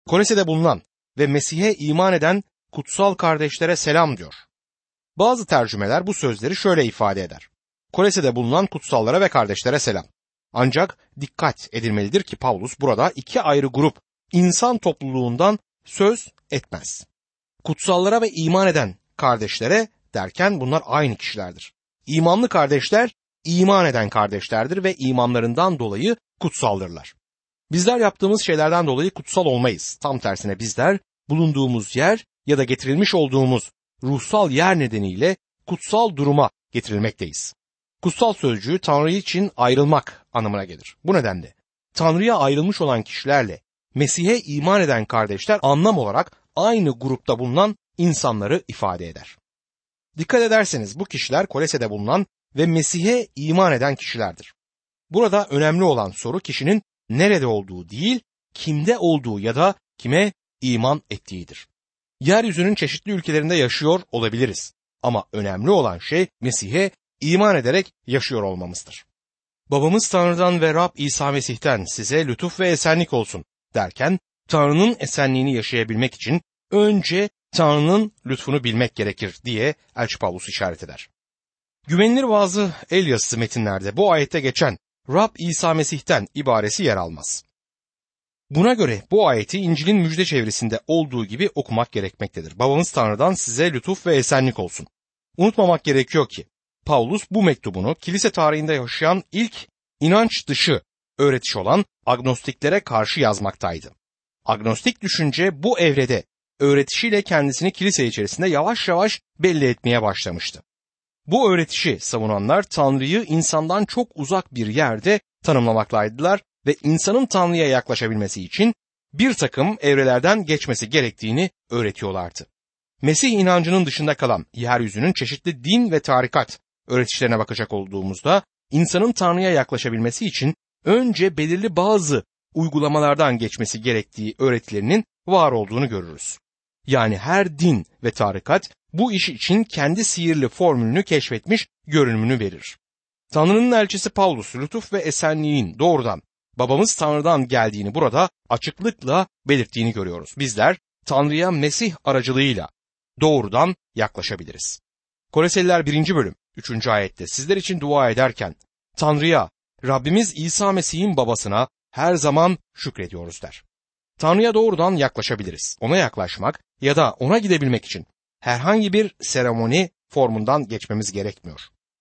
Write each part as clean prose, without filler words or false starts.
Kolose'de bulunan ve Mesih'e iman eden kutsal kardeşlere selam diyor. Bazı tercümeler bu sözleri şöyle ifade eder. Kolose'de bulunan kutsallara ve kardeşlere selam. Ancak dikkat edilmelidir ki Pavlus burada iki ayrı grup insan topluluğundan söz etmez. Kutsallara ve iman eden kardeşlere derken bunlar aynı kişilerdir. İmanlı kardeşler, iman eden kardeşlerdir ve imanlarından dolayı kutsaldırlar. Bizler yaptığımız şeylerden dolayı kutsal olmayız. Tam tersine bizler bulunduğumuz yer ya da getirilmiş olduğumuz ruhsal yer nedeniyle kutsal duruma getirilmekteyiz. Kutsal sözcüğü Tanrı için ayrılmak anlamına gelir. Bu nedenle Tanrı'ya ayrılmış olan kişilerle Mesih'e iman eden kardeşler anlam olarak aynı grupta bulunan insanları ifade eder. Dikkat ederseniz bu kişiler Kolose'de bulunan ve Mesih'e iman eden kişilerdir. Burada önemli olan soru kişinin nerede olduğu değil, kimde olduğu ya da kime iman ettiğidir. Yeryüzünün çeşitli ülkelerinde yaşıyor olabiliriz ama önemli olan şey Mesih'e iman ederek yaşıyor olmamızdır. Babamız Tanrı'dan ve Rab İsa Mesih'ten size lütuf ve esenlik olsun derken Tanrı'nın esenliğini yaşayabilmek için önce Tanrı'nın lütfunu bilmek gerekir diye Elçi Pavlus işaret eder. Güvenilir bazı el yazısı metinlerde bu ayette geçen Rab İsa Mesih'ten ibaresi yer almaz. Buna göre bu ayeti İncil'in müjde çevirisinde olduğu gibi okumak gerekmektedir. Babamız Tanrı'dan size lütuf ve esenlik olsun. Unutmamak gerekiyor ki Pavlus bu mektubunu kilise tarihinde yaşayan ilk inanç dışı öğretiş olan agnostiklere karşı yazmaktaydı. Agnostik düşünce bu evrede öğretişiyle kendisini kilise içerisinde yavaş yavaş belli etmeye başlamıştı. Bu öğretişi savunanlar Tanrı'yı insandan çok uzak bir yerde tanımlamaktaydılar ve insanın Tanrı'ya yaklaşabilmesi için bir takım evrelerden geçmesi gerektiğini öğretiyorlardı. Mesih inancının dışında kalan yeryüzünün çeşitli din ve tarikat öğretişlerine bakacak olduğumuzda insanın Tanrı'ya yaklaşabilmesi için önce belirli bazı uygulamalardan geçmesi gerektiği öğretilerinin var olduğunu görürüz. Yani her din ve tarikat bu iş için kendi sihirli formülünü keşfetmiş görünümünü verir. Tanrı'nın elçisi Pavlus lütuf ve esenliğin doğrudan babamız Tanrı'dan geldiğini burada açıklıkla belirttiğini görüyoruz. Bizler Tanrı'ya Mesih aracılığıyla doğrudan yaklaşabiliriz. Koloseliler 1. bölüm 3. ayette sizler için dua ederken Tanrı'ya, Rabbimiz İsa Mesih'in babasına her zaman şükrediyoruz der. Tanrı'ya doğrudan yaklaşabiliriz. Ona yaklaşmak ya da ona gidebilmek için herhangi bir seremoni formundan geçmemiz gerekmiyor.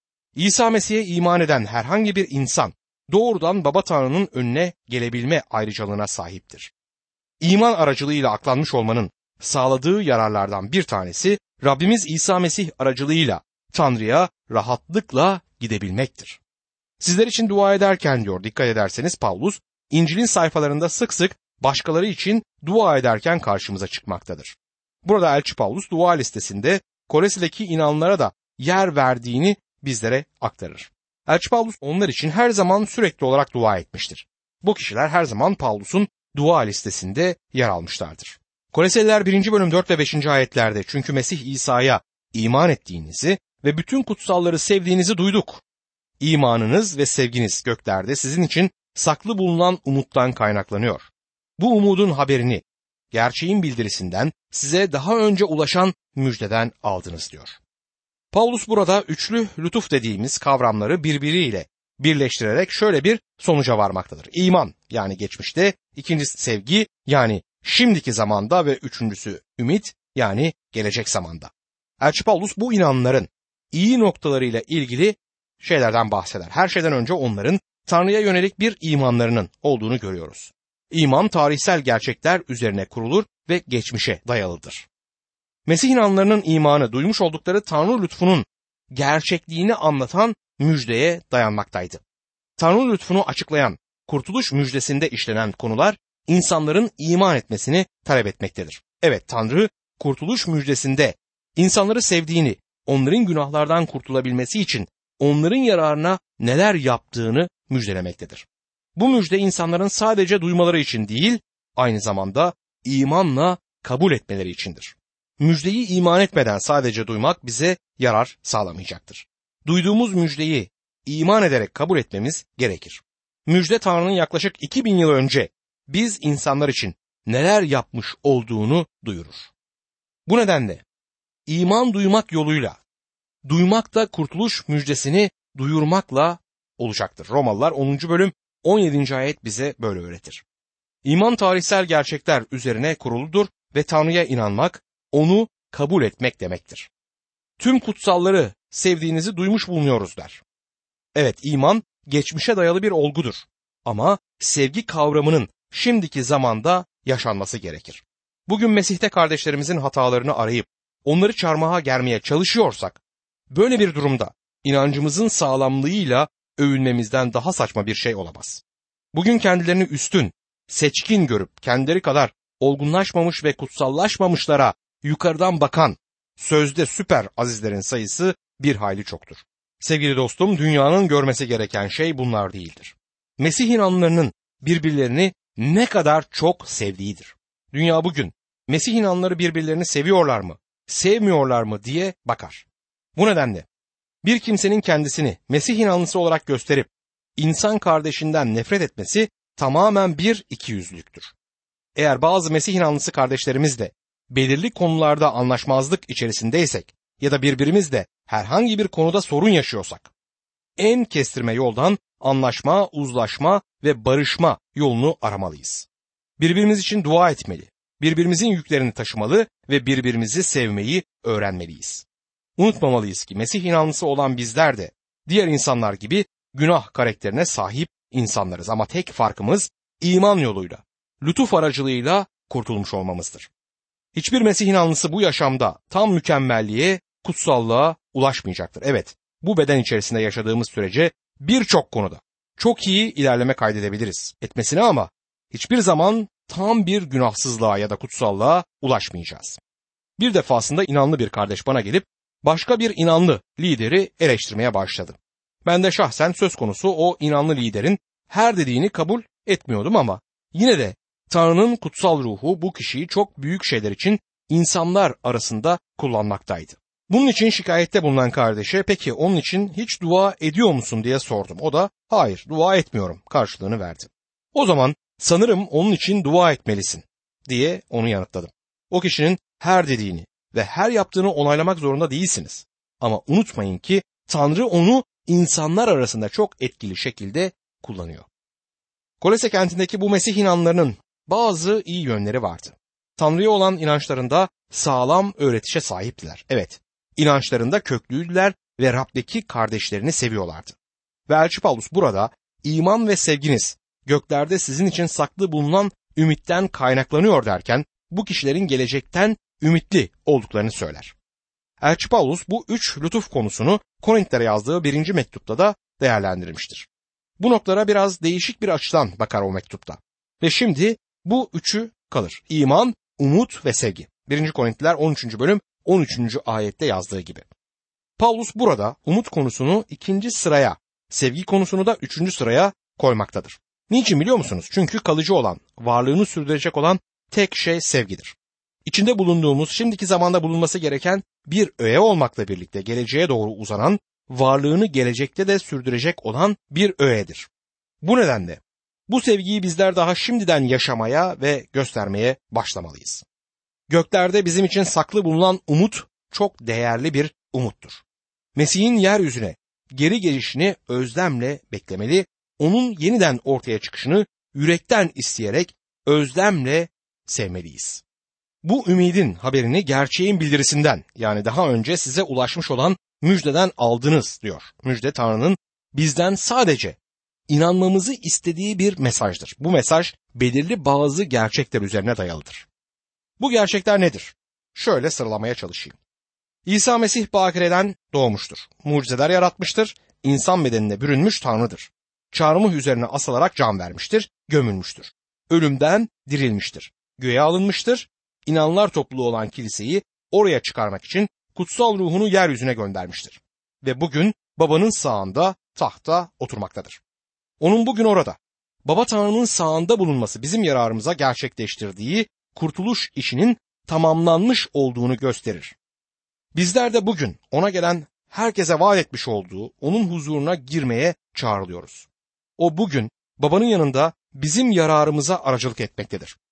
İsa Mesih'e iman eden herhangi bir insan doğrudan Baba Tanrı'nın önüne gelebilme ayrıcalığına sahiptir. İman aracılığıyla aklanmış olmanın sağladığı yararlardan bir tanesi Rabbimiz İsa Mesih aracılığıyla Tanrı'ya rahatlıkla gidebilmektir. Sizler için dua ederken diyor dikkat ederseniz Pavlus, İncil'in sayfalarında sık sık başkaları için dua ederken karşımıza çıkmaktadır. Burada Elçi Pavlus dua listesinde Kolose'deki inananlara da yer verdiğini bizlere aktarır. Elçi Pavlus onlar için her zaman sürekli olarak dua etmiştir. Bu kişiler her zaman Pavlus'un dua listesinde yer almışlardır. Koloseliler 1. bölüm 4 ve 5. ayetlerde çünkü Mesih İsa'ya iman ettiğinizi ve bütün kutsalları sevdiğinizi duyduk. İmanınız ve sevginiz göklerde sizin için saklı bulunan umuttan kaynaklanıyor. Bu umudun haberini gerçeğin bildirisinden size daha önce ulaşan müjdeden aldınız diyor. Pavlus burada üçlü lütuf dediğimiz kavramları birbiriyle birleştirerek şöyle bir sonuca varmaktadır. İman yani geçmişte, ikincisi sevgi yani şimdiki zamanda ve üçüncüsü ümit yani gelecek zamanda. Elçi Pavlus bu inananların iyi noktalarıyla ilgili şeylerden bahseder. Her şeyden önce onların Tanrı'ya yönelik bir imanlarının olduğunu görüyoruz. İman tarihsel gerçekler üzerine kurulur ve geçmişe dayalıdır. Mesih inanlarının imanı duymuş oldukları Tanrı lütfunun gerçekliğini anlatan müjdeye dayanmaktaydı. Tanrı lütfunu açıklayan kurtuluş müjdesinde işlenen konular insanların iman etmesini talep etmektedir. Evet, Tanrı kurtuluş müjdesinde insanları sevdiğini, onların günahlardan kurtulabilmesi için onların yararına neler yaptığını müjdelemektedir. Bu müjde insanların sadece duymaları için değil, aynı zamanda imanla kabul etmeleri içindir. Müjdeyi iman etmeden sadece duymak bize yarar sağlamayacaktır. Duyduğumuz müjdeyi iman ederek kabul etmemiz gerekir. Müjde Tanrı'nın yaklaşık 2000 yıl önce biz insanlar için neler yapmış olduğunu duyurur. Bu nedenle iman duymak yoluyla, duymak da kurtuluş müjdesini duyurmakla olacaktır. Romalılar 10. bölüm 17. ayet bize böyle öğretir. İman tarihsel gerçekler üzerine kuruludur ve Tanrı'ya inanmak, onu kabul etmek demektir. Tüm kutsalları sevdiğinizi duymuş bulunuyoruz der. Evet, iman geçmişe dayalı bir olgudur. Ama sevgi kavramının şimdiki zamanda yaşanması gerekir. Bugün Mesih'te kardeşlerimizin hatalarını arayıp onları çarmıha germeye çalışıyorsak, böyle bir durumda inancımızın sağlamlığıyla övünmemizden daha saçma bir şey olamaz. Bugün kendilerini üstün, seçkin görüp kendileri kadar olgunlaşmamış ve kutsallaşmamışlara yukarıdan bakan, sözde süper azizlerin sayısı bir hayli çoktur. Sevgili dostum, dünyanın görmesi gereken şey bunlar değildir. Mesih inanlarının birbirlerini ne kadar çok sevdiğidir. Dünya bugün Mesih inanları birbirlerini seviyorlar mı, sevmiyorlar mı diye bakar. Bu nedenle bir kimsenin kendisini Mesih inanlısı olarak gösterip insan kardeşinden nefret etmesi tamamen bir ikiyüzlülüktür. Eğer bazı Mesih inanlısı kardeşlerimizle belirli konularda anlaşmazlık içerisindeysek ya da birbirimizle herhangi bir konuda sorun yaşıyorsak, en kestirme yoldan anlaşma, uzlaşma ve barışma yolunu aramalıyız. Birbirimiz için dua etmeli, birbirimizin yüklerini taşımalı ve birbirimizi sevmeyi öğrenmeliyiz. Unutmamalıyız ki Mesih inanlısı olan bizler de diğer insanlar gibi günah karakterine sahip insanlarız ama tek farkımız iman yoluyla, lütuf aracılığıyla kurtulmuş olmamızdır. Hiçbir Mesih inanlısı bu yaşamda tam mükemmelliğe, kutsallığa ulaşmayacaktır. Evet, bu beden içerisinde yaşadığımız sürece birçok konuda çok iyi ilerleme kaydedebiliriz etmesine ama hiçbir zaman tam bir günahsızlığa ya da kutsallığa ulaşmayacağız. Bir defasında inanlı bir kardeş bana gelip başka bir inanlı lideri eleştirmeye başladı. Ben de şahsen söz konusu o inanlı liderin her dediğini kabul etmiyordum ama yine de Tanrı'nın kutsal ruhu bu kişiyi çok büyük şeyler için insanlar arasında kullanmaktaydı. Bunun için şikayette bulunan kardeşe peki onun için hiç dua ediyor musun diye sordum. O da hayır, dua etmiyorum karşılığını verdi. O zaman sanırım onun için dua etmelisin diye onu yanıtladım. O kişinin her dediğini ve her yaptığını onaylamak zorunda değilsiniz. Ama unutmayın ki Tanrı onu insanlar arasında çok etkili şekilde kullanıyor. Kolose kentindeki bu Mesih inanlarının bazı iyi yönleri vardı. Tanrı'ya olan inançlarında sağlam öğretişe sahiptiler. Evet, inançlarında köklüydüler ve Rab'deki kardeşlerini seviyorlardı. Ve Elçi Pavlus burada iman ve sevginiz göklerde sizin için saklı bulunan ümitten kaynaklanıyor derken bu kişilerin gelecekten ümitli olduklarını söyler. Elçi Pavlus bu 3 lütuf konusunu Korintlere yazdığı 1. mektupta da değerlendirmiştir. Bu noktalara biraz değişik bir açıdan bakar o mektupta. Ve şimdi bu üçü kalır. İman, umut ve sevgi. 1. Korintliler 13. bölüm 13. ayette yazdığı gibi. Pavlus burada umut konusunu 2. sıraya, sevgi konusunu da 3. sıraya koymaktadır. Niçin biliyor musunuz? Çünkü kalıcı olan, varlığını sürdürecek olan tek şey sevgidir. İçinde bulunduğumuz, şimdiki zamanda bulunması gereken bir öğe olmakla birlikte geleceğe doğru uzanan, varlığını gelecekte de sürdürecek olan bir öğedir. Bu nedenle bu sevgiyi bizler daha şimdiden yaşamaya ve göstermeye başlamalıyız. Göklerde bizim için saklı bulunan umut çok değerli bir umuttur. Mesih'in yeryüzüne geri gelişini özlemle beklemeli, onun yeniden ortaya çıkışını yürekten isteyerek özlemle sevmeliyiz. Bu ümidin haberini gerçeğin bildirisinden, yani daha önce size ulaşmış olan müjdeden aldınız diyor. Müjde Tanrı'nın bizden sadece inanmamızı istediği bir mesajdır. Bu mesaj belirli bazı gerçekler üzerine dayalıdır. Bu gerçekler nedir? Şöyle sıralamaya çalışayım. İsa Mesih bakireden doğmuştur. Mucizeler yaratmıştır. İnsan bedenine bürünmüş Tanrı'dır. Çarmıh üzerine asılarak can vermiştir, gömülmüştür. Ölümden dirilmiştir. Göğe alınmıştır. İnanlar topluluğu olan kiliseyi oraya çıkarmak için kutsal ruhunu yeryüzüne göndermiştir. Ve bugün babanın sağında tahta oturmaktadır. Onun bugün orada, Baba Tanrı'nın sağında bulunması bizim yararımıza gerçekleştirdiği kurtuluş işinin tamamlanmış olduğunu gösterir. Bizler de bugün ona gelen herkese vaat etmiş olduğu onun huzuruna girmeye çağrılıyoruz. O bugün babanın yanında bizim yararımıza aracılık etmektedir.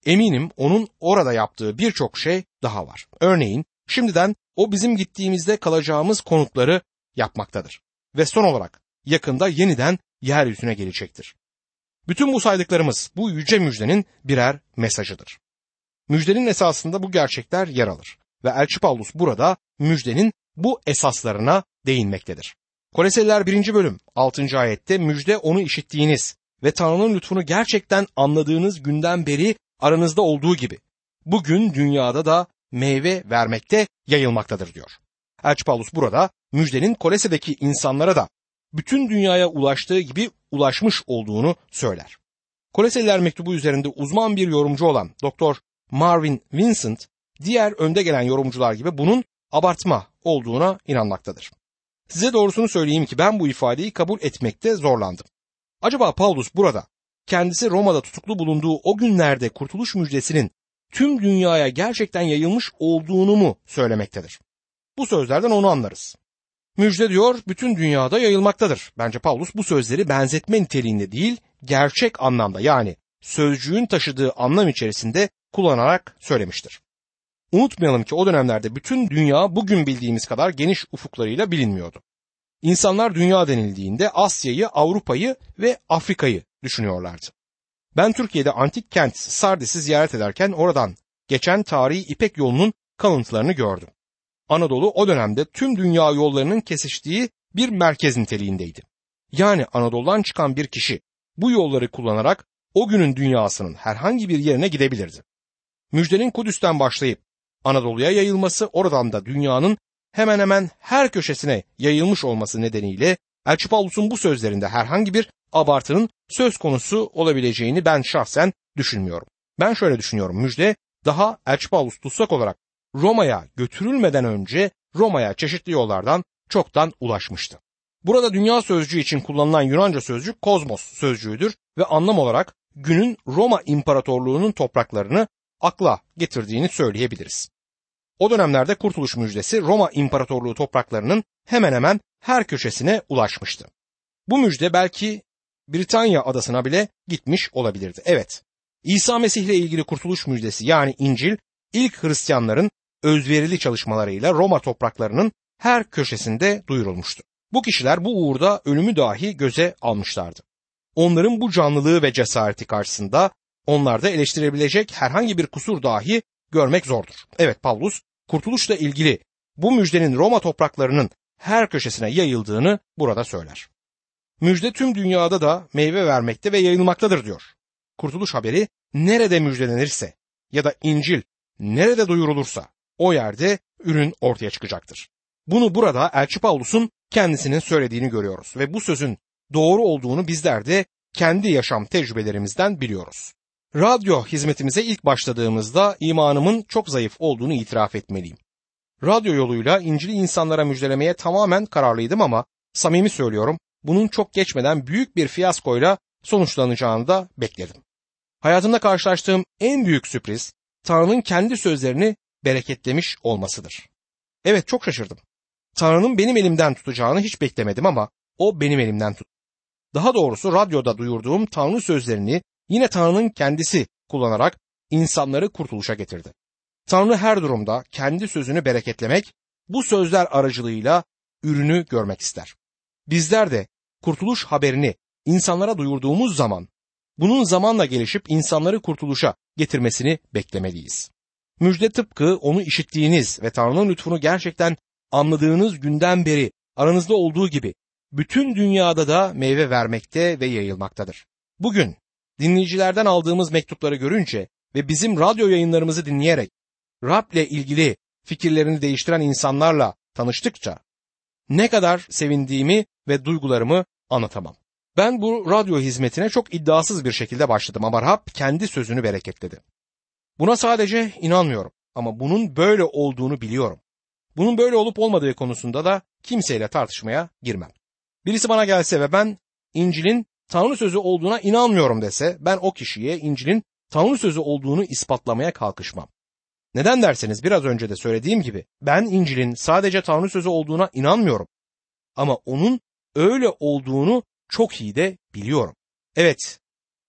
eminim onun orada yaptığı birçok şey daha var. Örneğin şimdiden o bizim gittiğimizde kalacağımız konutları yapmaktadır. Ve son olarak yakında yeniden yeryüzüne gelecektir. Bütün bu saydıklarımız bu yüce müjdenin birer mesajıdır. Müjdenin esasında bu gerçekler yer alır ve Elçi Pavlus burada müjdenin bu esaslarına değinmektedir. Koloseliler 1. bölüm 6. ayette müjde onu işittiğiniz ve Tanrı'nın lütfunu gerçekten anladığınız günden beri aranızda olduğu gibi bugün dünyada da meyve vermekte yayılmaktadır diyor. Elçi Pavlus burada müjdenin Kolose'deki insanlara da bütün dünyaya ulaştığı gibi ulaşmış olduğunu söyler. Koloseliler mektubu üzerinde uzman bir yorumcu olan Dr. Marvin Vincent, diğer önde gelen yorumcular gibi bunun abartma olduğuna inanmaktadır. Size doğrusunu söyleyeyim ki ben bu ifadeyi kabul etmekte zorlandım. Acaba Pavlus burada kendisi Roma'da tutuklu bulunduğu o günlerde kurtuluş müjdesinin tüm dünyaya gerçekten yayılmış olduğunu mu söylemektedir? Bu sözlerden onu anlarız. Müjde diyor bütün dünyada yayılmaktadır. Bence Pavlus bu sözleri benzetme niteliğinde değil, gerçek anlamda yani sözcüğün taşıdığı anlam içerisinde kullanarak söylemiştir. Unutmayalım ki o dönemlerde bütün dünya bugün bildiğimiz kadar geniş ufuklarıyla bilinmiyordu. İnsanlar dünya denildiğinde Asya'yı, Avrupa'yı ve Afrika'yı düşünüyorlardı. Ben Türkiye'de antik kent Sardis'i ziyaret ederken oradan geçen tarihi İpek yolunun kalıntılarını gördüm. Anadolu o dönemde tüm dünya yollarının kesiştiği bir merkez niteliğindeydi. Yani Anadolu'dan çıkan bir kişi bu yolları kullanarak o günün dünyasının herhangi bir yerine gidebilirdi. Müjdenin Kudüs'ten başlayıp Anadolu'ya yayılması, oradan da dünyanın hemen hemen her köşesine yayılmış olması nedeniyle Elçi Pavlus'un bu sözlerinde herhangi bir abartının söz konusu olabileceğini ben şahsen düşünmüyorum. Ben şöyle düşünüyorum, müjde daha Elçi Pavlus tutsak olarak Roma'ya götürülmeden önce Roma'ya çeşitli yollardan çoktan ulaşmıştı. Burada dünya sözcüğü için kullanılan Yunanca sözcük kozmos sözcüğüdür ve anlam olarak günün Roma İmparatorluğu'nun topraklarını akla getirdiğini söyleyebiliriz. O dönemlerde kurtuluş müjdesi Roma İmparatorluğu topraklarının hemen hemen her köşesine ulaşmıştı. Bu müjde belki Britanya adasına bile gitmiş olabilirdi. Evet, İsa Mesih ile ilgili kurtuluş müjdesi yani İncil ilk Hristiyanların özverili çalışmalarıyla Roma topraklarının her köşesinde duyurulmuştu. Bu kişiler bu uğurda ölümü dahi göze almışlardı. Onların bu canlılığı ve cesareti karşısında onlarda eleştirebilecek herhangi bir kusur dahi görmek zordur. Evet, Pavlus kurtuluşla ilgili bu müjdenin Roma topraklarının her köşesine yayıldığını burada söyler. Müjde tüm dünyada da meyve vermekte ve yayılmaktadır diyor. Kurtuluş haberi nerede müjdelenirse ya da İncil nerede duyurulursa o yerde ürün ortaya çıkacaktır. Bunu burada Elçi Pavlus'un kendisinin söylediğini görüyoruz ve bu sözün doğru olduğunu bizler de kendi yaşam tecrübelerimizden biliyoruz. Radyo hizmetimize ilk başladığımızda imanımın çok zayıf olduğunu itiraf etmeliyim. Radyo yoluyla İncil'i insanlara müjdelemeye tamamen kararlıydım ama samimi söylüyorum, bunun çok geçmeden büyük bir fiyaskoyla sonuçlanacağını da bekledim. Hayatımda karşılaştığım en büyük sürpriz Tanrı'nın kendi sözlerini bereketlemiş olmasıdır. Evet, çok şaşırdım. Tanrı'nın benim elimden tutacağını hiç beklemedim ama o benim elimden tuttu. Daha doğrusu radyoda duyurduğum Tanrı sözlerini yine Tanrı'nın kendisi kullanarak insanları kurtuluşa getirdi. Tanrı her durumda kendi sözünü bereketlemek, bu sözler aracılığıyla ürünü görmek ister. Bizler de kurtuluş haberini insanlara duyurduğumuz zaman bunun zamanla gelişip insanları kurtuluşa getirmesini beklemeliyiz. Müjde tıpkı onu işittiğiniz ve Tanrı'nın lütfunu gerçekten anladığınız günden beri aranızda olduğu gibi bütün dünyada da meyve vermekte ve yayılmaktadır. Bugün dinleyicilerden aldığımız mektupları görünce ve bizim radyo yayınlarımızı dinleyerek Rab'le ilgili fikirlerini değiştiren insanlarla tanıştıkça ne kadar sevindiğimi ve duygularımı anlatamam. Ben bu radyo hizmetine çok iddiasız bir şekilde başladım ama Rab kendi sözünü bereketledi. Buna sadece inanmıyorum ama bunun böyle olduğunu biliyorum. Bunun böyle olup olmadığı konusunda da kimseyle tartışmaya girmem. Birisi bana gelse ve ben İncil'in Tanrı sözü olduğuna inanmıyorum dese, ben o kişiye İncil'in Tanrı sözü olduğunu ispatlamaya kalkışmam. Neden derseniz biraz önce de söylediğim gibi ben İncil'in sadece Tanrı sözü olduğuna inanmıyorum. Ama onun öyle olduğunu çok iyi de biliyorum. Evet,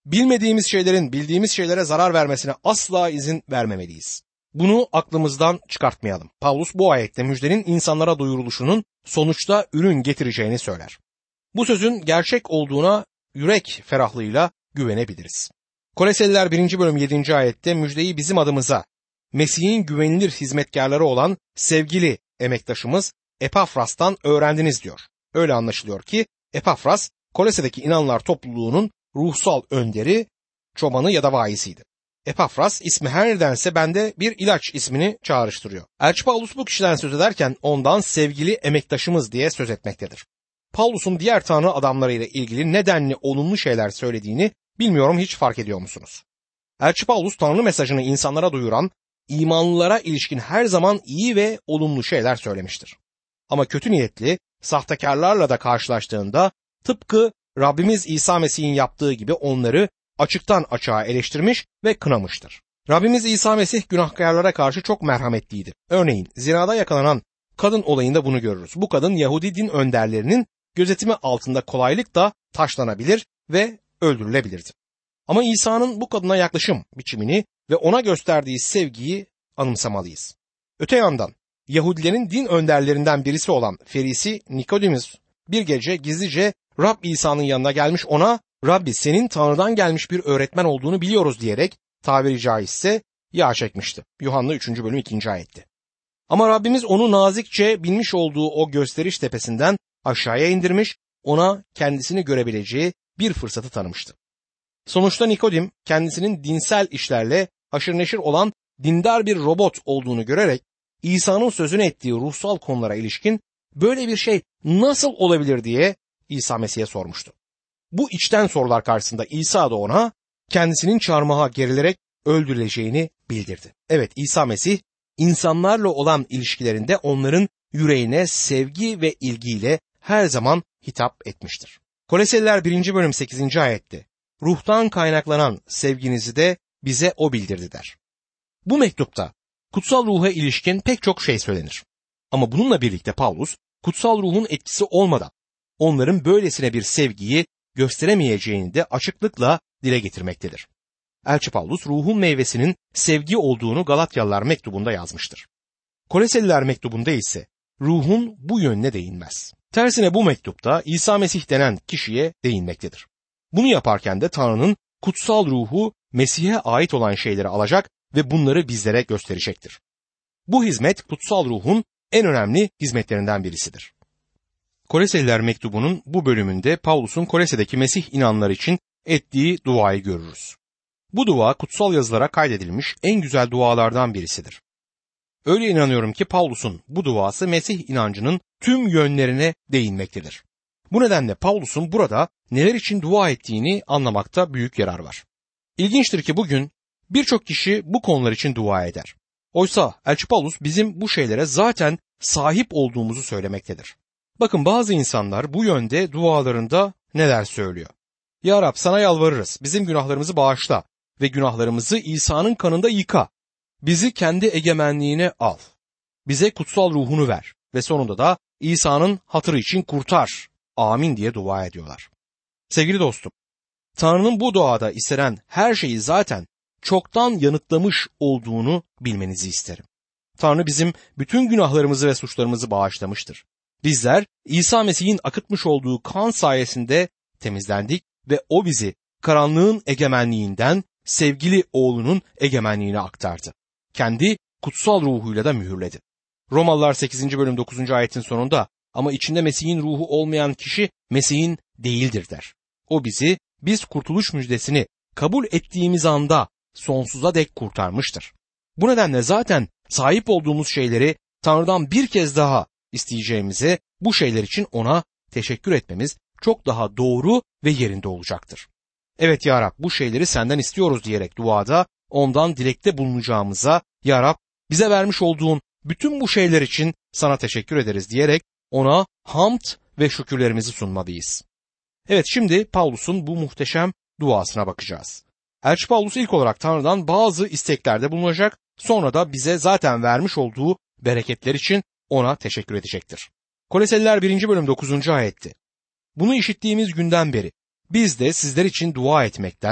bilmediğimiz şeylerin bildiğimiz şeylere zarar vermesine asla izin vermemeliyiz. Bunu aklımızdan çıkartmayalım. Pavlus bu ayette müjdenin insanlara duyuruluşunun sonuçta ürün getireceğini söyler. Bu sözün gerçek olduğuna yürek ferahlığıyla güvenebiliriz. Koloseliler 1. bölüm 7. ayette müjdeyi bizim adımıza Mesih'in güvenilir hizmetkarları olan sevgili emektaşımız Epafras'tan öğrendiniz diyor. Öyle anlaşılıyor ki Epafras Kolose'deki inanlar topluluğunun ruhsal önderi, çobanı ya da vaiziydi. Epafras ismi her nedense bende bir ilaç ismini çağrıştırıyor. Elçi Pavlus bu kişiden söz ederken ondan sevgili emektaşımız diye söz etmektedir. Pavlus'un diğer Tanrı adamlarıyla ilgili nedenli olumlu şeyler söylediğini bilmiyorum, hiç fark ediyor musunuz? Elçi Pavlus Tanrı mesajını insanlara duyuran, imanlılara ilişkin her zaman iyi ve olumlu şeyler söylemiştir. Ama kötü niyetli, sahtekarlarla da karşılaştığında tıpkı Rabbimiz İsa Mesih'in yaptığı gibi onları açıktan açığa eleştirmiş ve kınamıştır. Rabbimiz İsa Mesih günahkarlara karşı çok merhametliydi. Örneğin zinada yakalanan kadın olayında bunu görürüz. Bu kadın Yahudi din önderlerinin gözetimi altında kolaylıkla taşlanabilir ve öldürülebilirdi. Ama İsa'nın bu kadına yaklaşım biçimini ve ona gösterdiği sevgiyi anımsamalıyız. Öte yandan Yahudilerin din önderlerinden birisi olan Ferisi Nikodemus bir gece gizlice Rab İsa'nın yanına gelmiş, ona Rabbi senin Tanrı'dan gelmiş bir öğretmen olduğunu biliyoruz diyerek tabiri caizse yağ çekmişti. Yuhanna 3. bölüm 2. ayette. Ama Rabbimiz onu nazikçe binmiş olduğu o gösteriş tepesinden aşağıya indirmiş, ona kendisini görebileceği bir fırsatı tanımıştı. Sonuçta Nikodim kendisinin dinsel işlerle haşır neşir olan dindar bir robot olduğunu görerek İsa'nın sözünü ettiği ruhsal konulara ilişkin böyle bir şey nasıl olabilir diye İsa Mesih'e sormuştu. Bu içten sorular karşısında İsa da ona kendisinin çarmıha gerilerek öldürüleceğini bildirdi. Evet, İsa Mesih insanlarla olan ilişkilerinde onların yüreğine sevgi ve ilgiyle her zaman hitap etmiştir. Koloseliler 1. bölüm 8. ayette ruhtan kaynaklanan sevginizi de bize o bildirdi der. Bu mektupta kutsal ruha ilişkin pek çok şey söylenir. Ama bununla birlikte Pavlus kutsal ruhun etkisi olmadan onların böylesine bir sevgiyi gösteremeyeceğini de açıklıkla dile getirmektedir. Elçi Pavlus ruhun meyvesinin sevgi olduğunu Galatyalılar mektubunda yazmıştır. Koloseliler mektubunda ise ruhun bu yönüne değinmez. Tersine bu mektupta İsa Mesih denen kişiye değinmektedir. Bunu yaparken de Tanrı'nın kutsal ruhu Mesih'e ait olan şeyleri alacak ve bunları bizlere gösterecektir. Bu hizmet kutsal ruhun en önemli hizmetlerinden birisidir. Koloseliler mektubunun bu bölümünde Pavlus'un Kolose'deki Mesih inanları için ettiği duayı görürüz. Bu dua kutsal yazılara kaydedilmiş en güzel dualardan birisidir. Öyle inanıyorum ki Pavlus'un bu duası Mesih inancının tüm yönlerine değinmektedir. Bu nedenle Pavlus'un burada neler için dua ettiğini anlamakta büyük yarar var. İlginçtir ki bugün birçok kişi bu konular için dua eder. Oysa Elçi Pavlus bizim bu şeylere zaten sahip olduğumuzu söylemektedir. Bakın, bazı insanlar bu yönde dualarında neler söylüyor? Ya Rab, sana yalvarırız, bizim günahlarımızı bağışla ve günahlarımızı İsa'nın kanında yıka. Bizi kendi egemenliğine al. Bize kutsal ruhunu ver ve sonunda da İsa'nın hatırı için kurtar. Amin diye dua ediyorlar. Sevgili dostum, Tanrı'nın bu duada istenen her şeyi zaten çoktan yanıtlamış olduğunu bilmenizi isterim. Tanrı bizim bütün günahlarımızı ve suçlarımızı bağışlamıştır. Bizler İsa Mesih'in akıtmış olduğu kan sayesinde temizlendik ve o bizi karanlığın egemenliğinden sevgili oğlunun egemenliğine aktardı. Kendi kutsal ruhuyla da mühürledi. Romalılar 8. bölüm 9. ayetin sonunda ama içinde Mesih'in ruhu olmayan kişi Mesih'in değildir der. O bizi, biz kurtuluş müjdesini kabul ettiğimiz anda sonsuza dek kurtarmıştır. Bu nedenle zaten sahip olduğumuz şeyleri Tanrı'dan bir kez daha isteyeceğimize bu şeyler için ona teşekkür etmemiz çok daha doğru ve yerinde olacaktır. Evet ya Rab, bu şeyleri senden istiyoruz diyerek duada ondan dilekte bulunacağımıza, ya Rab bize vermiş olduğun bütün bu şeyler için sana teşekkür ederiz diyerek ona hamd ve şükürlerimizi sunmalıyız. Evet, şimdi Pavlus'un bu muhteşem duasına bakacağız. Elçi Pavlus ilk olarak Tanrı'dan bazı isteklerde bulunacak, sonra da bize zaten vermiş olduğu bereketler için ona teşekkür edecektir. Koloseliler 1. bölüm 9. ayetti. Bunu işittiğimiz günden beri biz de sizler için dua etmekten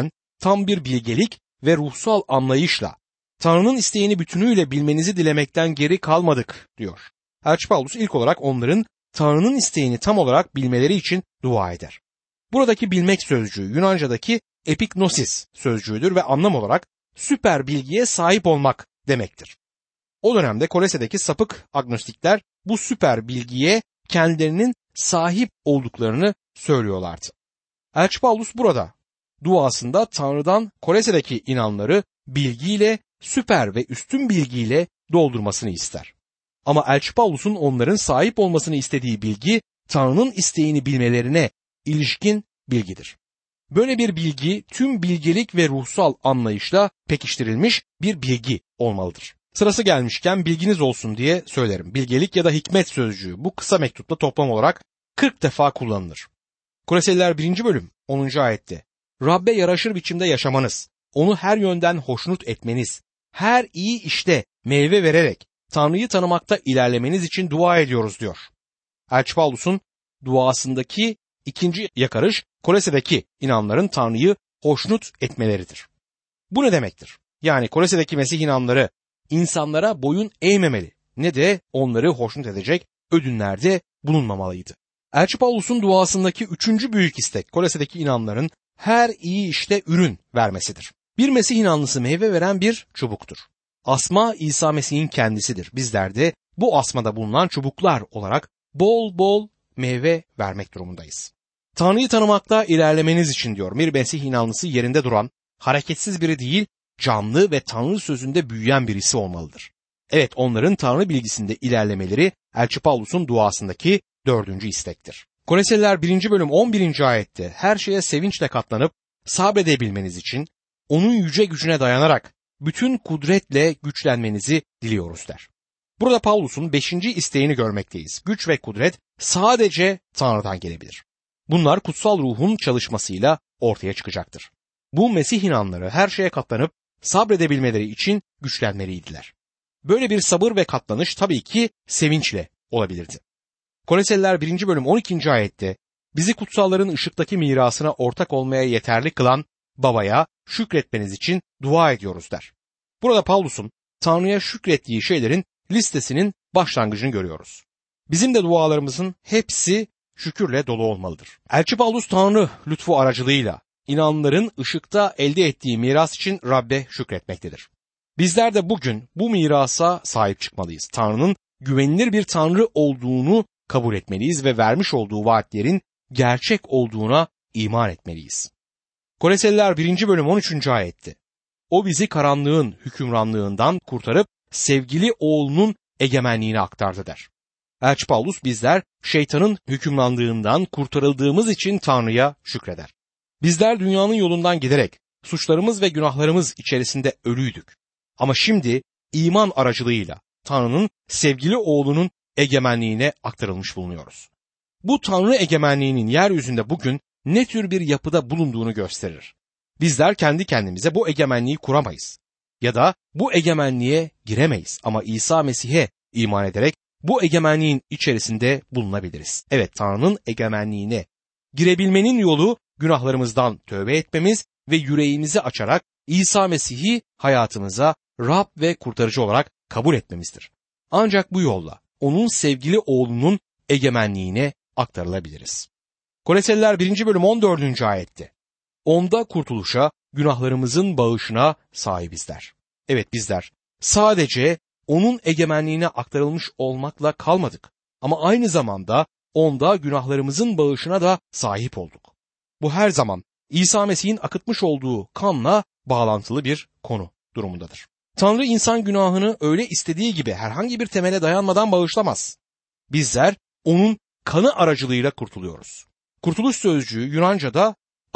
tam bir bilgelik ve ruhsal anlayışla Tanrı'nın isteğini bütünüyle bilmenizi dilemekten geri kalmadık diyor. Elçi Pavlus ilk olarak onların Tanrı'nın isteğini tam olarak bilmeleri için dua eder. Buradaki bilmek sözcüğü Yunanca'daki epignosis sözcüğüdür ve anlam olarak süper bilgiye sahip olmak demektir. O dönemde Kolese'deki sapık agnostikler bu süper bilgiye kendilerinin sahip olduklarını söylüyorlardı. Elçi Pavlus burada duasında Tanrı'dan Kolese'deki inanları bilgiyle, süper ve üstün bilgiyle doldurmasını ister. Ama Elçi Pavlus'un onların sahip olmasını istediği bilgi Tanrı'nın isteğini bilmelerine ilişkin bilgidir. Böyle bir bilgi tüm bilgelik ve ruhsal anlayışla pekiştirilmiş bir bilgi olmalıdır. Sırası gelmişken bilginiz olsun diye söylerim. Bilgelik ya da hikmet sözcüğü bu kısa mektupta toplam olarak 40 defa kullanılır. Koloseliler 1. bölüm 10. ayette Rabbe yaraşır biçimde yaşamanız, onu her yönden hoşnut etmeniz, her iyi işte meyve vererek Tanrı'yı tanımakta ilerlemeniz için dua ediyoruz diyor. Elçi Pavlus'un duasındaki ikinci yakarış Kolese'deki inanların Tanrı'yı hoşnut etmeleridir. Bu ne demektir? Yani Kolese'deki Mesih inanları insanlara boyun eğmemeli ne de onları hoşnut edecek ödünlerde bulunmamalıydı. Elçi Pavlus'un duasındaki üçüncü büyük istek Kolese'deki inanların her iyi işte ürün vermesidir. Bir Mesih inanlısı meyve veren bir çubuktur. Asma İsa Mesih'in kendisidir. Bizler de bu asmada bulunan çubuklar olarak bol bol meyve vermek durumundayız. Tanrı'yı tanımakta ilerlemeniz için diyor bir Mesih inanlısı yerinde duran, hareketsiz biri değil, canlı ve Tanrı sözünde büyüyen birisi olmalıdır. Evet, onların Tanrı bilgisinde ilerlemeleri Elçi Pavlus'un duasındaki 4. istektir. Koloseliler 1. bölüm 11. ayette her şeye sevinçle katlanıp sabredebilmeniz için onun yüce gücüne dayanarak bütün kudretle güçlenmenizi diliyoruz der. Burada Pavlus'un 5. isteğini görmekteyiz. Güç ve kudret sadece Tanrı'dan gelebilir. Bunlar kutsal ruhun çalışmasıyla ortaya çıkacaktır. Bu Mesih inanları her şeye katlanıp sabredebilmeleri için güçlenmeliydiler. Böyle bir sabır ve katlanış tabii ki sevinçle olabilirdi. Koloseliler 1. bölüm 12. ayette bizi kutsalların ışıktaki mirasına ortak olmaya yeterli kılan Babaya şükretmeniz için dua ediyoruz der. Burada Pavlus'un Tanrı'ya şükrettiği şeylerin listesinin başlangıcını görüyoruz. Bizim de dualarımızın hepsi şükürle dolu olmalıdır. Elçi Pavlus Tanrı lütfu aracılığıyla inanların ışıkta elde ettiği miras için Rabbe şükretmektedir. Bizler de bugün bu mirasa sahip çıkmalıyız. Tanrı'nın güvenilir bir Tanrı olduğunu kabul etmeliyiz ve vermiş olduğu vaatlerin gerçek olduğuna iman etmeliyiz. Koloseliler 1. bölüm 13. ayette o bizi karanlığın hükümranlığından kurtarıp sevgili oğlunun egemenliğine aktardı der. Elçi Pavlus bizler şeytanın hükümranlığından kurtarıldığımız için Tanrı'ya şükreder. Bizler dünyanın yolundan giderek suçlarımız ve günahlarımız içerisinde ölüydük. Ama şimdi iman aracılığıyla Tanrı'nın sevgili oğlunun egemenliğine aktarılmış bulunuyoruz. Bu Tanrı egemenliğinin yeryüzünde bugün ne tür bir yapıda bulunduğunu gösterir. Bizler kendi kendimize bu egemenliği kuramayız ya da bu egemenliğe giremeyiz ama İsa Mesih'e iman ederek bu egemenliğin içerisinde bulunabiliriz. Evet, Tanrı'nın egemenliğine girebilmenin yolu günahlarımızdan tövbe etmemiz ve yüreğimizi açarak İsa Mesih'i hayatımıza Rab ve kurtarıcı olarak kabul etmemizdir. Ancak bu yolla onun sevgili oğlunun egemenliğine aktarılabiliriz. Koloseliler 1. bölüm 14. ayette onda kurtuluşa, günahlarımızın bağışına sahibiz der. Evet, bizler sadece onun egemenliğine aktarılmış olmakla kalmadık ama aynı zamanda onda günahlarımızın bağışına da sahip olduk. Bu her zaman İsa Mesih'in akıtmış olduğu kanla bağlantılı bir konu durumundadır. Tanrı insan günahını öyle istediği gibi herhangi bir temele dayanmadan bağışlamaz. Bizler onun kanı aracılığıyla kurtuluyoruz. Kurtuluş sözcüğü Yunanca'da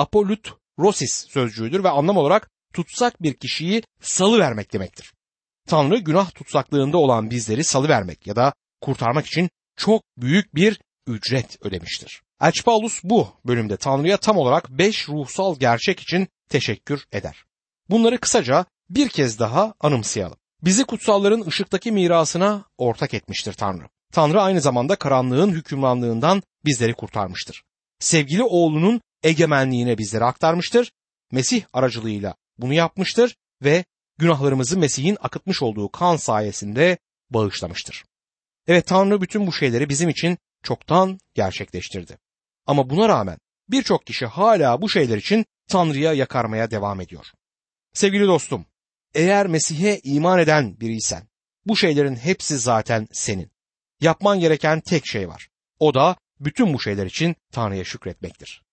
apolutrosis sözcüğüdür ve anlam olarak tutsak bir kişiyi salıvermek demektir. Tanrı günah tutsaklığında olan bizleri salıvermek ya da kurtarmak için çok büyük bir ücret ödemiştir. Elçi Pavlus bu bölümde Tanrı'ya tam olarak 5 ruhsal gerçek için teşekkür eder. Bunları kısaca bir kez daha anımsayalım. Bizi kutsalların ışıktaki mirasına ortak etmiştir Tanrı. Tanrı aynı zamanda karanlığın hükümranlığından bizleri kurtarmıştır. Sevgili oğlunun egemenliğine bizleri aktarmıştır Mesih aracılığıyla bunu yapmıştır ve günahlarımızı Mesih'in akıtmış olduğu kan sayesinde bağışlamıştır. Evet, Tanrı bütün bu şeyleri bizim için çoktan gerçekleştirdi. Ama buna rağmen birçok kişi hala bu şeyler için Tanrı'ya yakarmaya devam ediyor. Sevgili dostum, eğer Mesih'e iman eden biriysen, bu şeylerin hepsi zaten senin. Yapman gereken tek şey var. O da bütün bu şeyler için Tanrı'ya şükretmektir.